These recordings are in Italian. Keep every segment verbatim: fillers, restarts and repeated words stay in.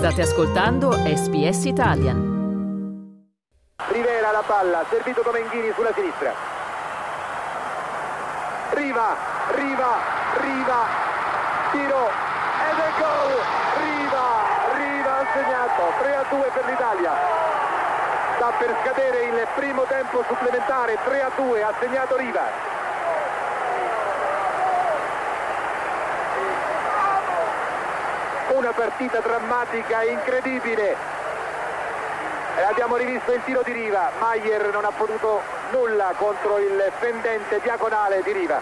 State ascoltando S B S Italian. Rivera la palla, servito Domenghini sulla sinistra. Riva, Riva, Riva, tiro ed è gol! Riva, Riva ha segnato, tre a due per l'Italia. Sta per scadere il primo tempo supplementare, tre a due, ha segnato Riva. Una partita drammatica e incredibile. E abbiamo rivisto il tiro di Riva. Maier non ha potuto nulla contro il fendente diagonale di Riva.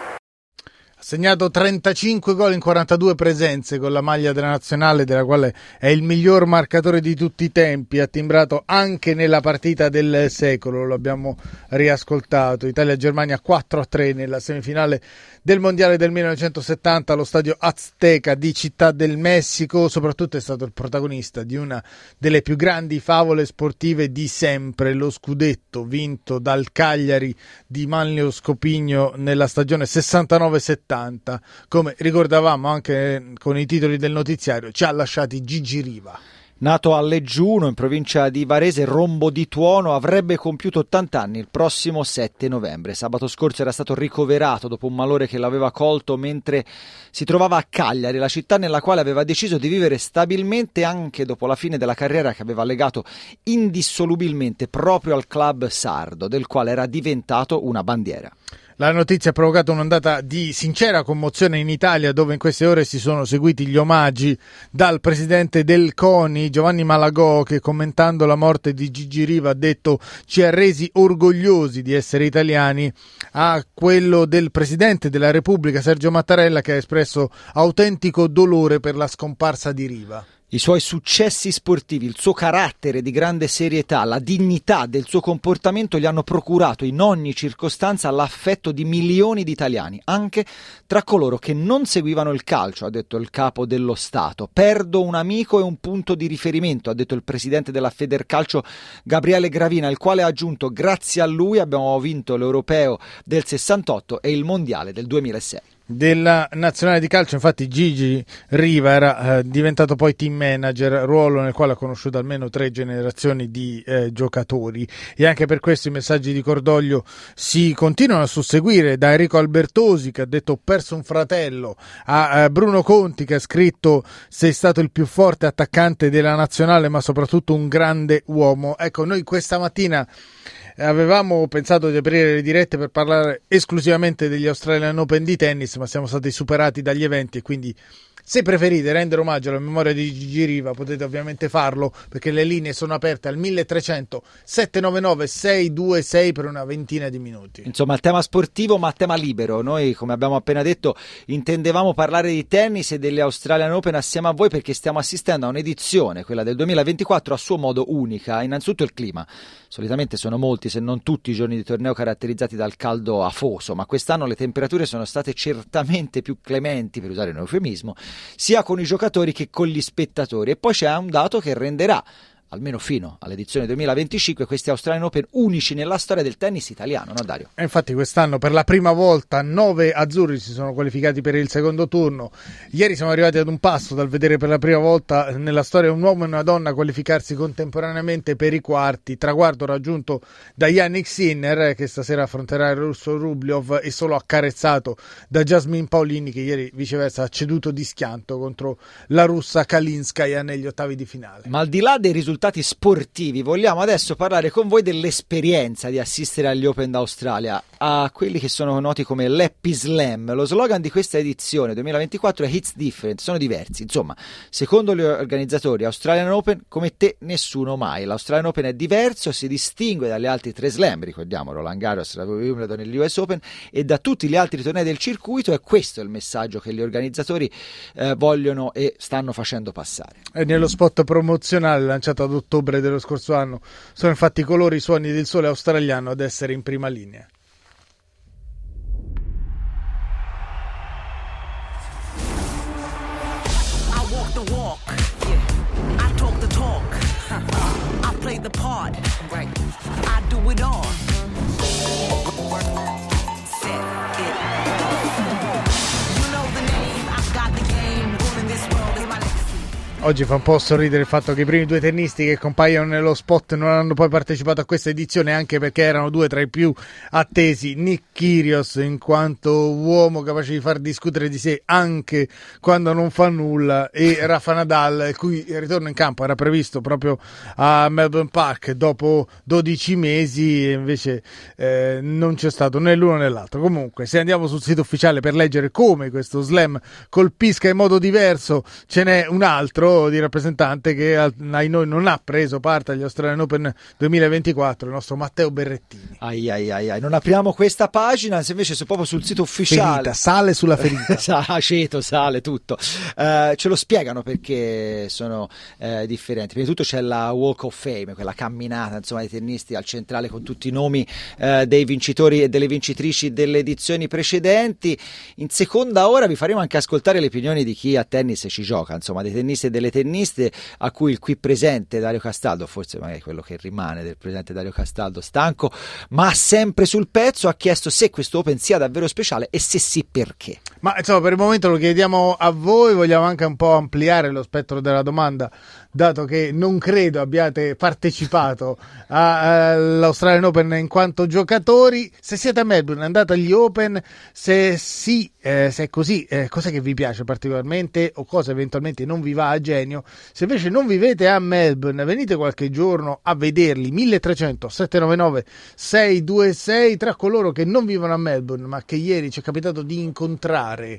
Ha segnato trentacinque gol in quarantadue presenze con la maglia della nazionale, della quale è il miglior marcatore di tutti i tempi. Ha timbrato anche nella partita del secolo, lo abbiamo riascoltato. Italia-Germania quattro a tre nella semifinale del mondiale del millenovecentosettanta allo stadio Azteca di Città del Messico. Soprattutto è stato il protagonista di una delle più grandi favole sportive di sempre, lo scudetto vinto dal Cagliari di Manlio Scopigno nella stagione sessantanove settanta. Come ricordavamo anche con i titoli del notiziario, ci ha lasciati Gigi Riva. Nato a Leggiuno, in provincia di Varese, rombo di tuono, avrebbe compiuto ottanta anni il prossimo sette novembre. Sabato scorso era stato ricoverato dopo un malore che l'aveva colto mentre si trovava a Cagliari, la città nella quale aveva deciso di vivere stabilmente anche dopo la fine della carriera che aveva legato indissolubilmente proprio al club sardo, del quale era diventato una bandiera. La notizia ha provocato un'ondata di sincera commozione in Italia, dove in queste ore si sono seguiti gli omaggi dal presidente del CONI, Giovanni Malagò, che commentando la morte di Gigi Riva ha detto: ci ha resi orgogliosi di essere italiani, a quello del presidente della Repubblica, Sergio Mattarella, che ha espresso autentico dolore per la scomparsa di Riva. I suoi successi sportivi, il suo carattere di grande serietà, la dignità del suo comportamento gli hanno procurato in ogni circostanza l'affetto di milioni di italiani, anche tra coloro che non seguivano il calcio, ha detto il capo dello Stato. Perdo un amico e un punto di riferimento, ha detto il presidente della Federcalcio Gabriele Gravina, il quale ha aggiunto: grazie a lui abbiamo vinto l'Europeo del sessantotto e il Mondiale del duemilasei. Della nazionale di calcio, infatti, Gigi Riva era eh, diventato poi team manager, ruolo nel quale ha conosciuto almeno tre generazioni di eh, giocatori, e anche per questo i messaggi di cordoglio si continuano a susseguire, da Enrico Albertosi, che ha detto ho perso un fratello, a eh, Bruno Conti, che ha scritto sei stato il più forte attaccante della nazionale ma soprattutto un grande uomo. Ecco, noi questa mattina avevamo pensato di aprire le dirette per parlare esclusivamente degli Australian Open di tennis, ma siamo stati superati dagli eventi, e quindi se preferite rendere omaggio alla memoria di Gigi Riva potete ovviamente farlo, perché le linee sono aperte al milletrecento sette nove nove sei due sei per una ventina di minuti. Insomma, il tema sportivo ma tema libero. Noi, come abbiamo appena detto, intendevamo parlare di tennis e delle Australian Open assieme a voi, perché stiamo assistendo a un'edizione, quella del duemilaventiquattro, a suo modo unica. Innanzitutto il clima. Solitamente sono molti, se non tutti, i giorni di torneo caratterizzati dal caldo afoso, ma quest'anno le temperature sono state certamente più clementi, per usare un eufemismo, sia con i giocatori che con gli spettatori. E poi c'è un dato che renderà, almeno fino all'edizione duemilaventicinque, questi Australian Open unici nella storia del tennis italiano, no Dario? E infatti quest'anno per la prima volta nove azzurri si sono qualificati per il secondo turno. Ieri siamo arrivati ad un passo dal vedere per la prima volta nella storia un uomo e una donna qualificarsi contemporaneamente per i quarti, traguardo raggiunto da Yannick Sinner, che stasera affronterà il russo Rublev, e solo accarezzato da Jasmine Paolini, che ieri viceversa ha ceduto di schianto contro la russa Kalinskaya negli ottavi di finale. Ma al di là dei risultati sportivi, vogliamo adesso parlare con voi dell'esperienza di assistere agli Open d'Australia, a quelli che sono noti come l'Happy Slam. Lo slogan di questa edizione duemilaventiquattro è It's Different, sono diversi. Insomma, secondo gli organizzatori, Australian Open come te nessuno mai. L'Australian Open è diverso, si distingue dagli altri tre slam, ricordiamo Roland Garros, la Wimbledon e l'U S Open, e da tutti gli altri tornei del circuito, e questo è il messaggio che gli organizzatori eh, vogliono e stanno facendo passare. E nello spot promozionale lanciato ad ottobre dello scorso anno sono infatti i colori, i suoni del sole australiano ad essere in prima linea. I walk the walk, yeah. I talk the talk, I play the part, right. I do it all. Set it. You know the name, I got the game. Ruling this world is my legacy. Oggi fa un po' sorridere il fatto che i primi due tennisti che compaiono nello spot non hanno poi partecipato a questa edizione, anche perché erano due tra i più attesi. Nick Kyrgios, in quanto uomo capace di far discutere di sé anche quando non fa nulla, e Rafa Nadal, il cui ritorno in campo era previsto proprio a Melbourne Park dopo dodici mesi, e invece eh, non c'è stato né l'uno né l'altro. Comunque, se andiamo sul sito ufficiale per leggere come questo slam colpisca in modo diverso, ce n'è un altro di rappresentante che ai noi non ha preso parte agli Australian Open duemilaventiquattro, il nostro Matteo Berrettini. Ai ai ai ai, non apriamo questa pagina, se invece se proprio sul sito ufficiale ferita, sale sulla ferita. Aceto, sale, tutto. Uh, ce lo spiegano perché sono uh, differenti. Prima di tutto c'è la Walk of Fame, quella camminata insomma dei tennisti al centrale con tutti i nomi uh, dei vincitori e delle vincitrici delle edizioni precedenti. In seconda ora vi faremo anche ascoltare le opinioni di chi a tennis ci gioca, insomma dei tennisti e delle tenniste, a cui il qui presente Dario Castaldo, forse magari quello che rimane del presente Dario Castaldo, stanco ma sempre sul pezzo, ha chiesto se questo Open sia davvero speciale e se sì perché. Ma insomma, per il momento lo chiediamo a voi, vogliamo anche un po' ampliare lo spettro della domanda, dato che non credo abbiate partecipato all'Australian Open in quanto giocatori. Se siete a Melbourne, andate agli Open, se sì, eh, se è così, eh, cosa che vi piace particolarmente o cosa eventualmente non vi va a genio. Se invece non vivete a Melbourne, venite qualche giorno a vederli. Milletrecento sette nove nove sei due sei, tra coloro che non vivono a Melbourne ma che ieri ci è capitato di incontrare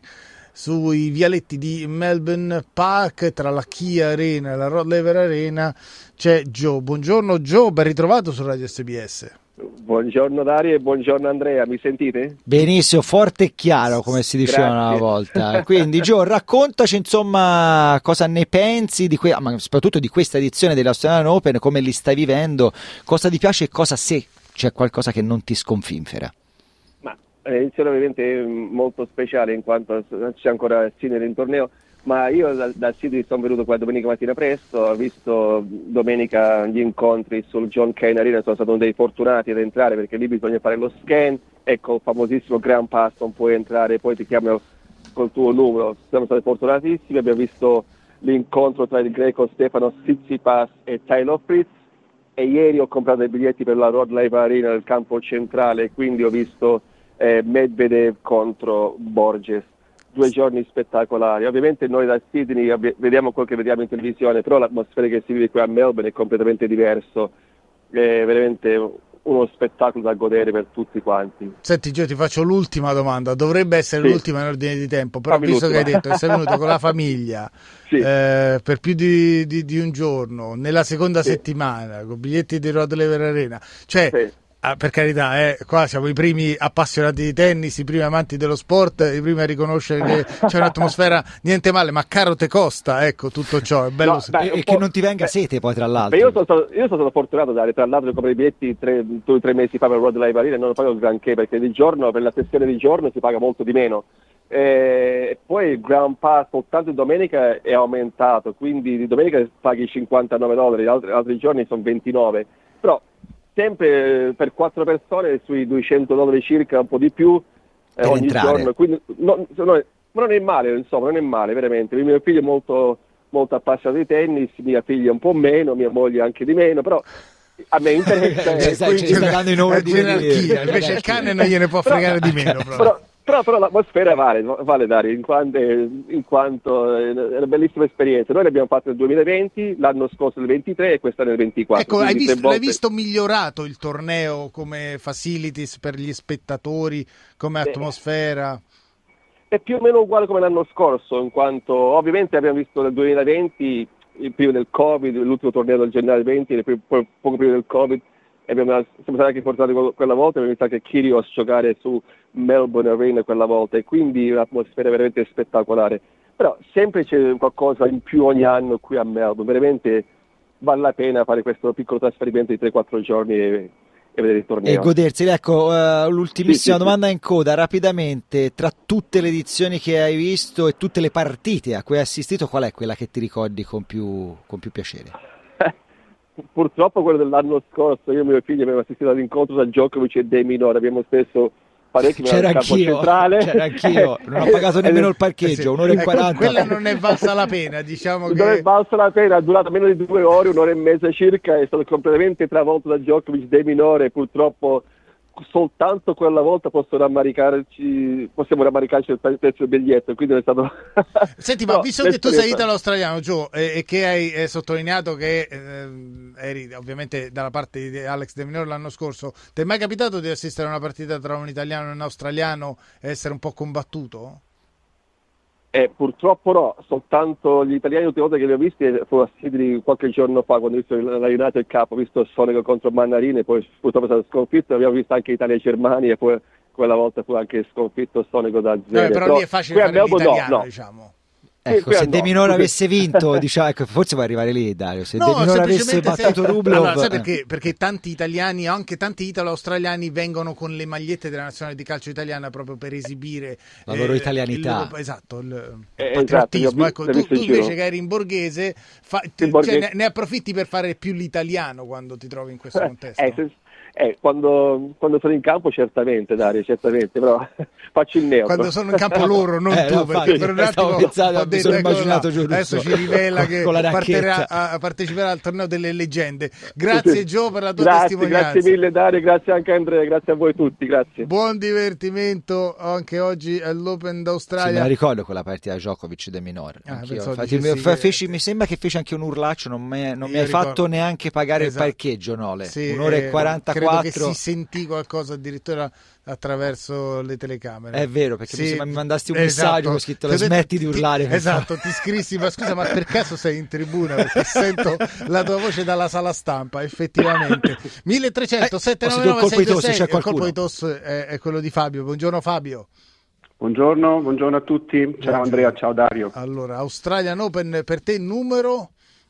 sui vialetti di Melbourne Park, tra la Kia Arena e la Rod Laver Arena, c'è Joe. Buongiorno Joe, ben ritrovato su Radio S B S. Buongiorno Dario e buongiorno Andrea, mi sentite? Benissimo, forte e chiaro come si diceva Grazie. una volta. Quindi Joe, raccontaci insomma cosa ne pensi di que- ma soprattutto di questa edizione dell'Australian Open, come li stai vivendo, cosa ti piace e cosa, se c'è qualcosa che non ti sconfinfera. Ma l'edizione ovviamente è molto speciale in quanto non c'è ancora Sydney nel torneo, ma io da, da Sydney sono venuto qua domenica mattina presto, ho visto domenica gli incontri sul John Cain Arena, sono stato uno dei fortunati ad entrare perché lì bisogna fare lo scan, ecco il famosissimo Grand Pass, non puoi entrare, poi ti chiamano col tuo numero. Siamo stati fortunatissimi, abbiamo visto l'incontro tra il greco Stefano Tsitsipas e Taylor Fritz, e ieri ho comprato i biglietti per la Rod Laver Arena nel campo centrale, quindi ho visto eh, Medvedev contro Borges. Due giorni spettacolari. Ovviamente noi da Sydney abbi- vediamo quel che vediamo in televisione, però l'atmosfera che si vive qui a Melbourne è completamente diverso, è veramente uno spettacolo da godere per tutti quanti. Senti Gio, ti faccio l'ultima domanda, dovrebbe essere sì. l'ultima in ordine di tempo, però Fammi visto l'ultima. Che hai detto che sei venuto con la famiglia sì. eh, per più di, di, di un giorno, nella seconda sì. settimana, con biglietti di Rod Laver Arena, cioè... Sì. Ah, per carità, eh, qua siamo i primi appassionati di tennis, i primi amanti dello sport, i primi a riconoscere che c'è un'atmosfera niente male, ma caro te costa, ecco, tutto ciò è bello. No, beh, e che non ti venga beh, sete poi tra l'altro. Io sono, stato, io sono stato fortunato da tra l'altro come i biglietti tre, due o tre mesi fa per Rod Laver Arena, non lo pago granché perché di giorno, per la sessione di giorno si paga molto di meno. E poi il Grand Pass soltanto di domenica è aumentato, quindi di domenica paghi cinquantanove dollari, altri, altri giorni sono ventinove, però sempre per quattro persone sui duecento dollari circa, un po' di più eh, ogni entrare. giorno, quindi no, no, non è male, insomma, non è male veramente. Il mio figlio è molto, molto appassionato di tennis, mia figlia un po' meno, mia moglie anche di meno, però a me interessa. eh, sai, ci sta dando i numeri di gerarchia, invece il cane non gliene può fregare però, di meno. Però, però, però l'atmosfera vale, vale Dario, in quanto, in quanto è una bellissima esperienza. Noi l'abbiamo fatto nel duemilaventi, l'anno scorso nel ventitré e quest'anno nel ventiquattro. Ecco, hai visto, volte... l'hai visto migliorato il torneo come facilities per gli spettatori, come atmosfera? È più o meno uguale come l'anno scorso, in quanto ovviamente abbiamo visto nel duemilaventi, il prima del Covid, l'ultimo torneo del gennaio venti, poi poco prima del Covid, e abbiamo, siamo stati anche fortunati quella volta, abbiamo visto anche Kyrgios giocare su Melbourne Arena quella volta, e quindi un'atmosfera veramente spettacolare. Però sempre c'è qualcosa in più ogni anno qui a Melbourne, veramente vale la pena fare questo piccolo trasferimento di tre quattro giorni e, e vedere il torneo. E godersi. Ecco, uh, l'ultimissima sì, sì, domanda sì. in coda, rapidamente, tra tutte le edizioni che hai visto e tutte le partite a cui hai assistito, qual è quella che ti ricordi con più, con più piacere? Purtroppo quello dell'anno scorso, io e mio figlio abbiamo assistito all'incontro tra Djokovic e De Minaur, abbiamo spesso parecchi, c'era al campo anch'io, centrale. c'era anchio, non ho pagato nemmeno il parcheggio, sì. un'ora e Ecco, quaranta. quella non è valsa la pena, diciamo che... Non è valsa la pena, è durata meno di due ore, un'ora e mezza circa, è stato completamente travolto da Djokovic de minore, purtroppo soltanto quella volta posso rammaricarci, possiamo rammaricarci il prezzo del biglietto, quindi è stato... Senti, ma no, visto che tu sei italo-australiano, Gio, e, e che hai eh, sottolineato che eh, eri ovviamente dalla parte di Alex de Minaur l'anno scorso, ti è mai capitato di assistere a una partita tra un italiano e un australiano e essere un po' combattuto? Eh, purtroppo no, soltanto gli italiani l'ultima volta che li ho visti fu a Sydney qualche giorno fa, quando ho visto la United Cup, ho visto Sonego contro Mannarini, poi purtroppo è stato sconfitto, abbiamo visto anche Italia e Germania e poi quella volta fu anche sconfitto Sonego da zero. Eh, però, però lì è facile fare l'italiano, no, no. diciamo. Ecco, se De Minaur avesse vinto, diciamo, ecco, forse puoi arrivare lì, Dario. Se no, De Minaur avesse battuto se... Rublev, allora, sai perché? Perché tanti italiani, anche tanti italo-australiani, vengono con le magliette della nazionale di calcio italiana proprio per esibire la loro eh, italianità. Il loro, esatto, il eh, patriottismo. Esatto, ecco, tu, tu invece che eri in borghese, fa, in borghese. Cioè, ne, ne approfitti per fare più l'italiano quando ti trovi in questo contesto. Eh, se... Eh, quando, quando sono in campo certamente, Dario, certamente, però faccio il neutro. Quando sono in campo loro, non eh, tu, no, perché infatti, per un attimo pensando, ho detto, sono ecco, immaginato là, adesso ci rivela che partirà a, parteciperà al torneo delle leggende. Grazie sì. Gio per la tua grazie, testimonianza. Grazie mille Dario, grazie anche Andrea, grazie a voi tutti, grazie. Buon divertimento anche oggi all'Open d'Australia. Sì, me la ricordo quella partita Djokovic de Minaur. Ah, Infatti, mi, feci, mi sembra che fece anche un urlaccio, non, me, non mi hai ricordo. fatto neanche pagare esatto. il parcheggio, Nole. Sì, un'ora e quarantaquattro. Credo che si sentì qualcosa addirittura attraverso le telecamere. È vero, perché sì, mi mandaste un esatto. messaggio con scritto la smetti ti, di urlare. Ti, esatto, ti scrissi, ma scusa, ma per caso sei in tribuna? Perché sento la tua voce dalla sala stampa, effettivamente. milletrecento settecentonovantanove seicentoventisei, il colpo di tosse è, è quello di Fabio. Buongiorno Fabio. Buongiorno, buongiorno a tutti. Ciao buongiorno. Andrea, ciao Dario. Allora, Australian Open per te numero?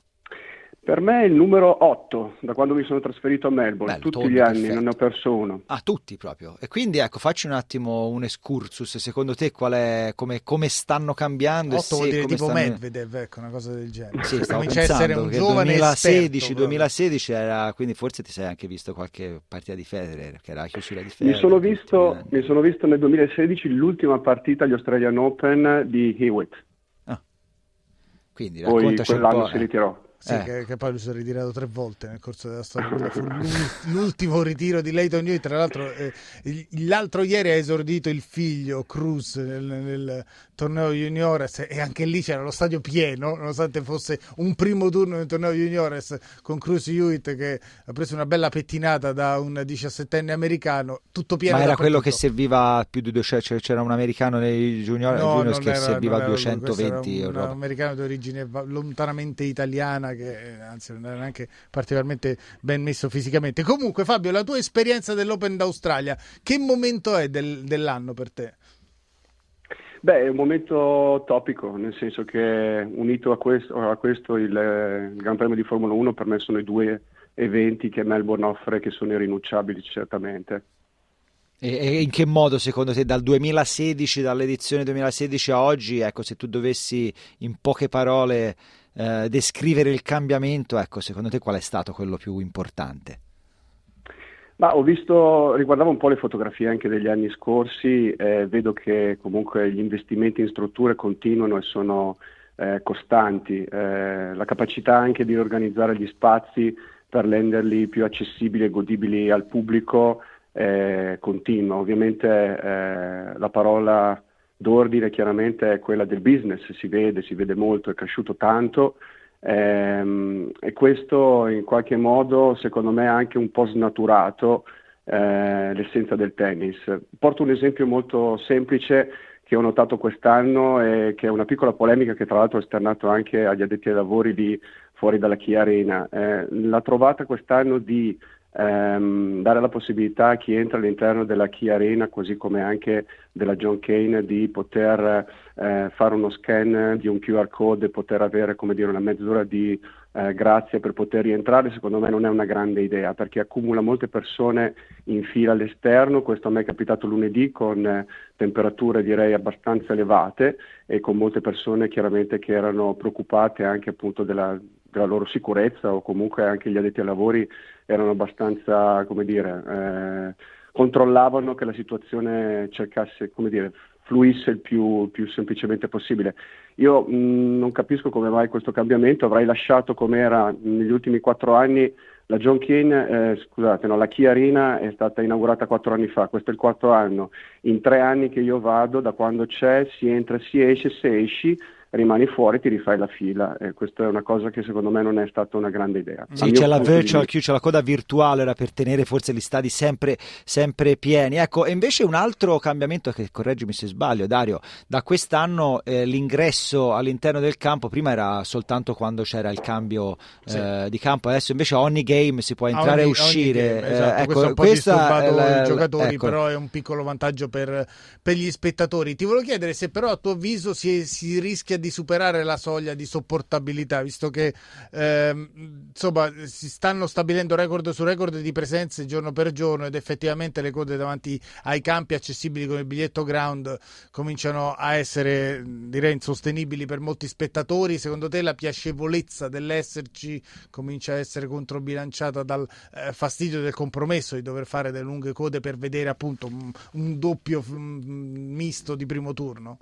Per me è il numero otto, da quando mi sono trasferito a Melbourne. Bello, tutti gli anni, perfetto. Non ne ho perso uno. Ah, tutti proprio. E quindi ecco, facci un attimo un excursus, secondo te qual è, come, come stanno cambiando? otto vuol dire tipo stanno... Medvedev, ecco, una cosa del genere. Sì, stavo comincia a essere un che giovane duemilasedici, esperto, duemilasedici era, quindi forse ti sei anche visto qualche partita di Federer, che era la chiusura di Federer. Mi sono visto, mi sono visto nel duemilasedici l'ultima partita agli Australian Open di Hewitt. Ah. Quindi poi raccontaci un quell'anno po', si ritirò. Sì, eh. che, che poi lui si è ritirato tre volte nel corso della storia. Fu l'ultimo ritiro di Lleyton Hewitt. Tra l'altro, eh, l'altro ieri ha esordito il figlio Cruz nel, nel torneo juniores e anche lì c'era lo stadio pieno, nonostante fosse un primo turno nel torneo juniores con Cruz Hewitt che ha preso una bella pettinata da un diciassettenne americano, tutto pieno. Ma era quello che serviva più di duecento, cioè c'era un americano nei junior, no, juniors che era, serviva era duecentoventi euro. Un roba. americano di origine lontanamente italiana, che anzi non era neanche particolarmente ben messo fisicamente. Comunque Fabio, la tua esperienza dell'Open d'Australia, che momento è del, dell'anno per te? Beh, è un momento topico, nel senso che unito a questo, a questo il, il Gran Premio di Formula uno per me sono i due eventi che Melbourne offre che sono irrinunciabili certamente. E, e in che modo secondo te dal duemilasedici, dall'edizione duemilasedici a oggi, ecco, se tu dovessi in poche parole eh, descrivere il cambiamento, ecco, secondo te qual è stato quello più importante? Ma ho visto, riguardavo un po' le fotografie anche degli anni scorsi, eh, vedo che comunque gli investimenti in strutture continuano e sono eh, costanti, eh, la capacità anche di organizzare gli spazi per renderli più accessibili e godibili al pubblico eh, continua. Ovviamente eh, la parola d'ordine chiaramente è quella del business, si vede, si vede molto, è cresciuto tanto. Ehm, e questo in qualche modo secondo me ha anche un po' snaturato eh, l'essenza del tennis. Porto un esempio molto semplice che ho notato quest'anno e che è una piccola polemica che tra l'altro ho esternato anche agli addetti ai lavori di fuori dalla Kia Arena. Eh, la trovata quest'anno di ehm, dare la possibilità a chi entra all'interno della Kia Arena, così come anche della John Cain, di poter eh, fare uno scan di un Q R code e poter avere, come dire, una mezz'ora di eh, grazia per poter rientrare, secondo me non è una grande idea, perché accumula molte persone in fila all'esterno. Questo a me è capitato lunedì con eh, temperature direi abbastanza elevate e con molte persone chiaramente che erano preoccupate anche appunto della, della loro sicurezza, o comunque anche gli addetti ai lavori erano abbastanza, come dire, eh, controllavano che la situazione cercasse, come dire, fluisse il più, più semplicemente possibile. Io mh, non capisco come mai questo cambiamento, avrei lasciato come era negli ultimi quattro anni. La John Keane, eh, scusate, no, la Kia Arena è stata inaugurata quattro anni fa, questo è il quarto anno. In tre anni che io vado, da quando c'è, si entra, si esce, se esci rimani fuori, ti rifai la fila, e questa è una cosa che secondo me non è stata una grande idea. Sì, c'è la virtual queue, c'è la coda virtuale era per tenere forse gli stadi sempre, sempre pieni. Ecco, e invece un altro cambiamento, che correggimi se sbaglio Dario, da quest'anno eh, l'ingresso all'interno del campo prima era soltanto quando c'era il cambio sì. eh, di campo, adesso invece ogni game si può entrare ogni, e uscire. Game, esatto. eh, Questo ecco, è un po' questa disturbato la, i giocatori, ecco. però è un piccolo vantaggio per, per gli spettatori. Ti volevo chiedere se però a tuo avviso si, si rischia di superare la soglia di sopportabilità, visto che ehm, insomma si stanno stabilendo record su record di presenze giorno per giorno, ed effettivamente le code davanti ai campi accessibili con il biglietto ground cominciano a essere, direi, insostenibili per molti spettatori. Secondo te la piacevolezza dell'esserci comincia a essere controbilanciata dal eh, fastidio del compromesso di dover fare delle lunghe code per vedere appunto un, un doppio un misto di primo turno?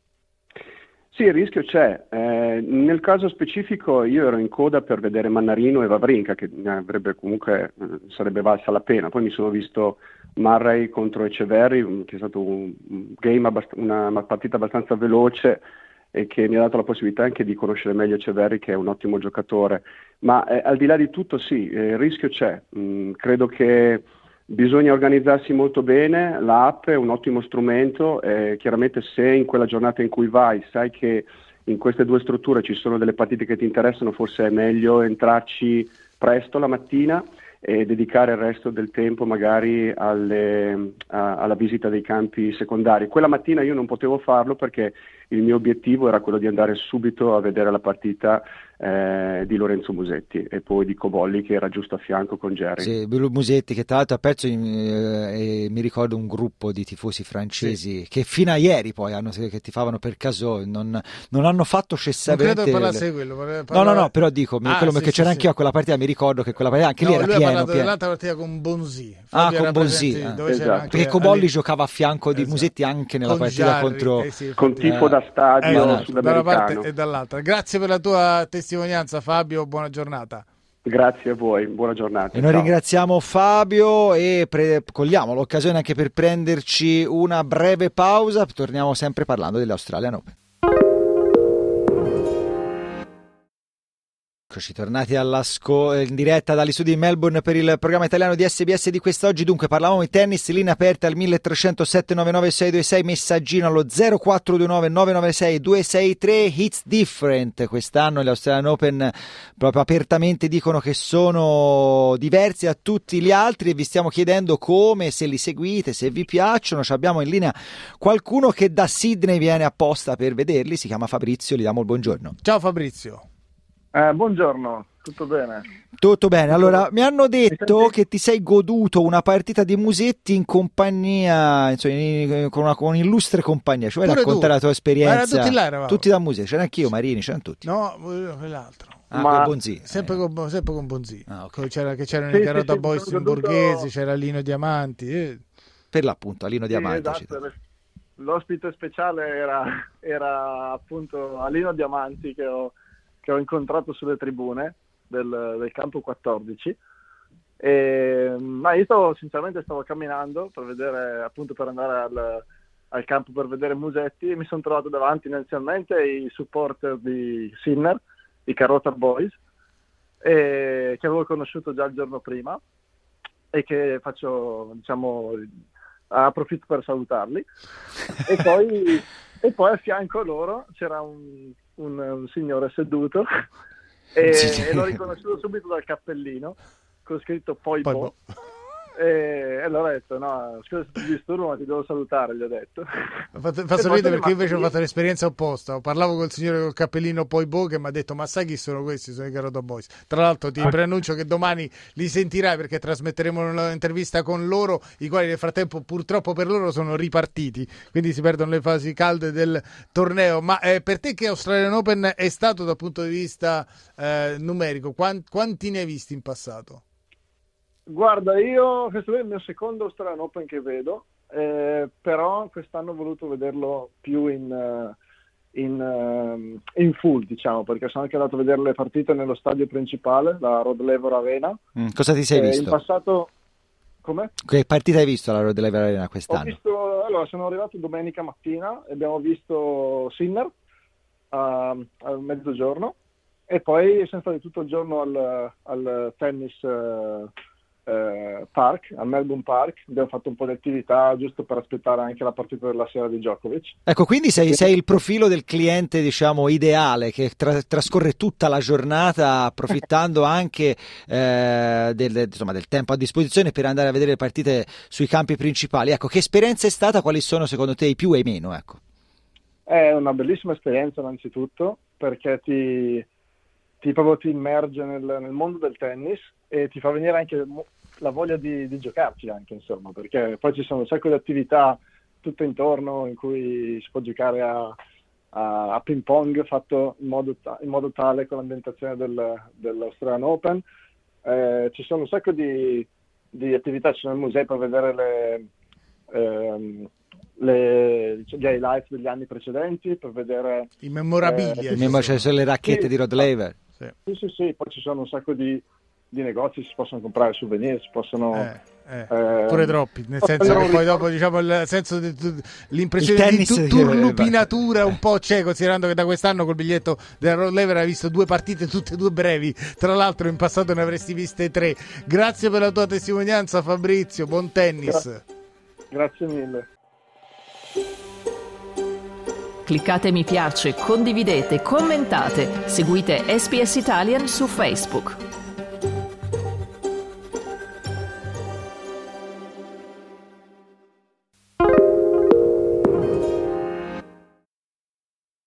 Sì, il rischio c'è. Eh, nel caso specifico io ero in coda per vedere Mannarino e Wawrinka, che avrebbe comunque eh, sarebbe valsa la pena. Poi mi sono visto Murray contro Etcheverry, che è stato un game, abbast- una, una partita abbastanza veloce e che mi ha dato la possibilità anche di conoscere meglio Etcheverry, che è un ottimo giocatore. Ma eh, al di là di tutto sì, eh, il rischio c'è. Mm, credo che bisogna organizzarsi molto bene, l'app è un ottimo strumento, eh, chiaramente se in quella giornata in cui vai sai che in queste due strutture ci sono delle partite che ti interessano, forse è meglio entrarci presto la mattina e dedicare il resto del tempo magari alle, a, alla visita dei campi secondari. Quella mattina io non potevo farlo perché il mio obiettivo era quello di andare subito a vedere la partita eh, di Lorenzo Musetti e poi di Cobolli, che era giusto a fianco con Jerry. Sì, Musetti che tra l'altro ha perso in, eh, e mi ricordo un gruppo di tifosi francesi sì. che fino a ieri poi hanno, che tifavano per caso, non, non hanno fatto cessare. Non credo parlasse quello. Parlare... No, no, no, però dico, ah, quello sì, che c'era sì, anch'io sì. a quella partita, mi ricordo che quella partita anche no, lì era lui pieno. Ha parlato pieno. dell'altra partita con Bonzi. Ah, con Bonzi. Ah. Esatto. Anche perché Cobolli Ali... giocava a fianco di esatto. Musetti anche nella con partita Jarry, contro eh sì, con tifo da stadio eh, sudamericano. Da una parte e dall'altra. Grazie per la tua testimonianza, Fabio, buona giornata. Grazie a voi, buona giornata. E noi ciao. ringraziamo Fabio e pre- cogliamo l'occasione anche per prenderci una breve pausa. Torniamo sempre parlando dell'Australian Open. Eccoci tornati alla sco- in diretta dagli studi di Melbourne per il programma italiano di S B S di quest'oggi. Dunque parlavamo di tennis, linea aperta al uno tre zero zero sette nove nove sei due sei, messaggino allo zero quattro due nove nove nove sei due sei tre. It's different, quest'anno gli Australian Open proprio apertamente dicono che sono diversi da tutti gli altri e vi stiamo chiedendo come, se li seguite, se vi piacciono. Ci abbiamo in linea qualcuno che da Sydney viene apposta per vederli, si chiama Fabrizio, gli diamo il buongiorno. Ciao Fabrizio. Eh, buongiorno, tutto bene? Tutto bene, allora mi hanno detto mi che ti sei goduto una partita di Musetti in compagnia, insomma, in, con, una, con un'illustre compagnia, cioè vuoi raccontare la tua esperienza? Era tutti là, eravamo. Tutti da Musetti, c'era anch'io, Marini, c'erano tutti. No, quell'altro. Ah, Ma... con Bonzi. Sempre, eh. con, sempre con Bonzi. Ah, okay. C'era, che c'erano sì, i Carota sì, Boys sì, in goduto... Borghesi, c'era Lino Diamanti. Eh. Per l'appunto, Alino sì, Diamanti. Esatto, l'ospite speciale era, era appunto Alino Diamanti che ho, che ho incontrato sulle tribune del, del campo quattordici. E, ma io stavo, sinceramente stavo camminando per vedere, appunto per andare al, al campo per vedere Musetti, e mi sono trovato davanti inizialmente i supporter di Sinner, i Carota Boys, e, che avevo conosciuto già il giorno prima e che faccio, diciamo, approfitto per salutarli. E poi, e poi a fianco a loro c'era un, un, un signore seduto e, e l'ho riconosciuto subito dal cappellino con scritto poi, poi boh. E allora ho detto no, scusa se ti disturbo ma ti devo salutare, gli ho detto. Fa sorridere perché io invece ho fatto l'esperienza opposta. Parlavo col signore col cappellino poi boh che mi ha detto ma sai chi sono questi? Sono i Carota Boys. Tra l'altro ti preannuncio che domani li sentirai perché trasmetteremo un'intervista con loro, i quali nel frattempo purtroppo per loro sono ripartiti, quindi si perdono le fasi calde del torneo. Ma eh, per te che Australian Open è stato dal punto di vista eh, numerico, quanti, quanti ne hai visti in passato? Guarda, io questo è il mio secondo Australian Open che vedo, eh, però quest'anno ho voluto vederlo più in, uh, in, uh, in full, diciamo, perché sono anche andato a vedere le partite nello stadio principale, la Rod Laver Arena. Mm, cosa ti sei eh, visto? In passato... Come? Che partita hai visto alla Rod Laver Arena quest'anno? Ho visto, allora, sono arrivato domenica mattina e abbiamo visto Sinner uh, a mezzogiorno e poi siamo stati tutto il giorno al, al tennis uh, uh, park, al Melbourne Park. Abbiamo fatto un po' di attività giusto per aspettare anche la partita della sera di Djokovic. Ecco, quindi sei, sei il profilo del cliente, diciamo, ideale, che tra, trascorre tutta la giornata approfittando anche eh, del, insomma, del tempo a disposizione per andare a vedere le partite sui campi principali. Ecco, che esperienza è stata? Quali sono secondo te i più e i meno? Ecco. È una bellissima esperienza innanzitutto, perché ti, ti proprio ti immerge nel, nel mondo del tennis e ti fa venire anche la voglia di, di giocarci anche, insomma, perché poi ci sono un sacco di attività tutto intorno in cui si può giocare a, a, a ping pong fatto in modo, ta- in modo tale con l'ambientazione del, dell'Australian Open. Eh, ci sono un sacco di, di attività, ci sono i musei per vedere le, ehm, le, gli highlights degli anni precedenti, per vedere i memorabilia. Eh, Ci sono, sono le racchette sì, di Rod Laver. Sì. Sì, sì, sì, poi ci sono un sacco di, di negozi, si possono comprare souvenir, si possono... Eh, eh, eh, pure troppi, nel senso che poi dopo, diciamo, il senso di, l'impressione di tu, turlupinatura un po' c'è, considerando che da quest'anno col biglietto della Rod Laver hai visto due partite tutte e due brevi, tra l'altro in passato ne avresti viste tre. Grazie per la tua testimonianza, Fabrizio, buon tennis. Gra- grazie mille. Cliccate mi piace, condividete, commentate, seguite S B S Italian su Facebook.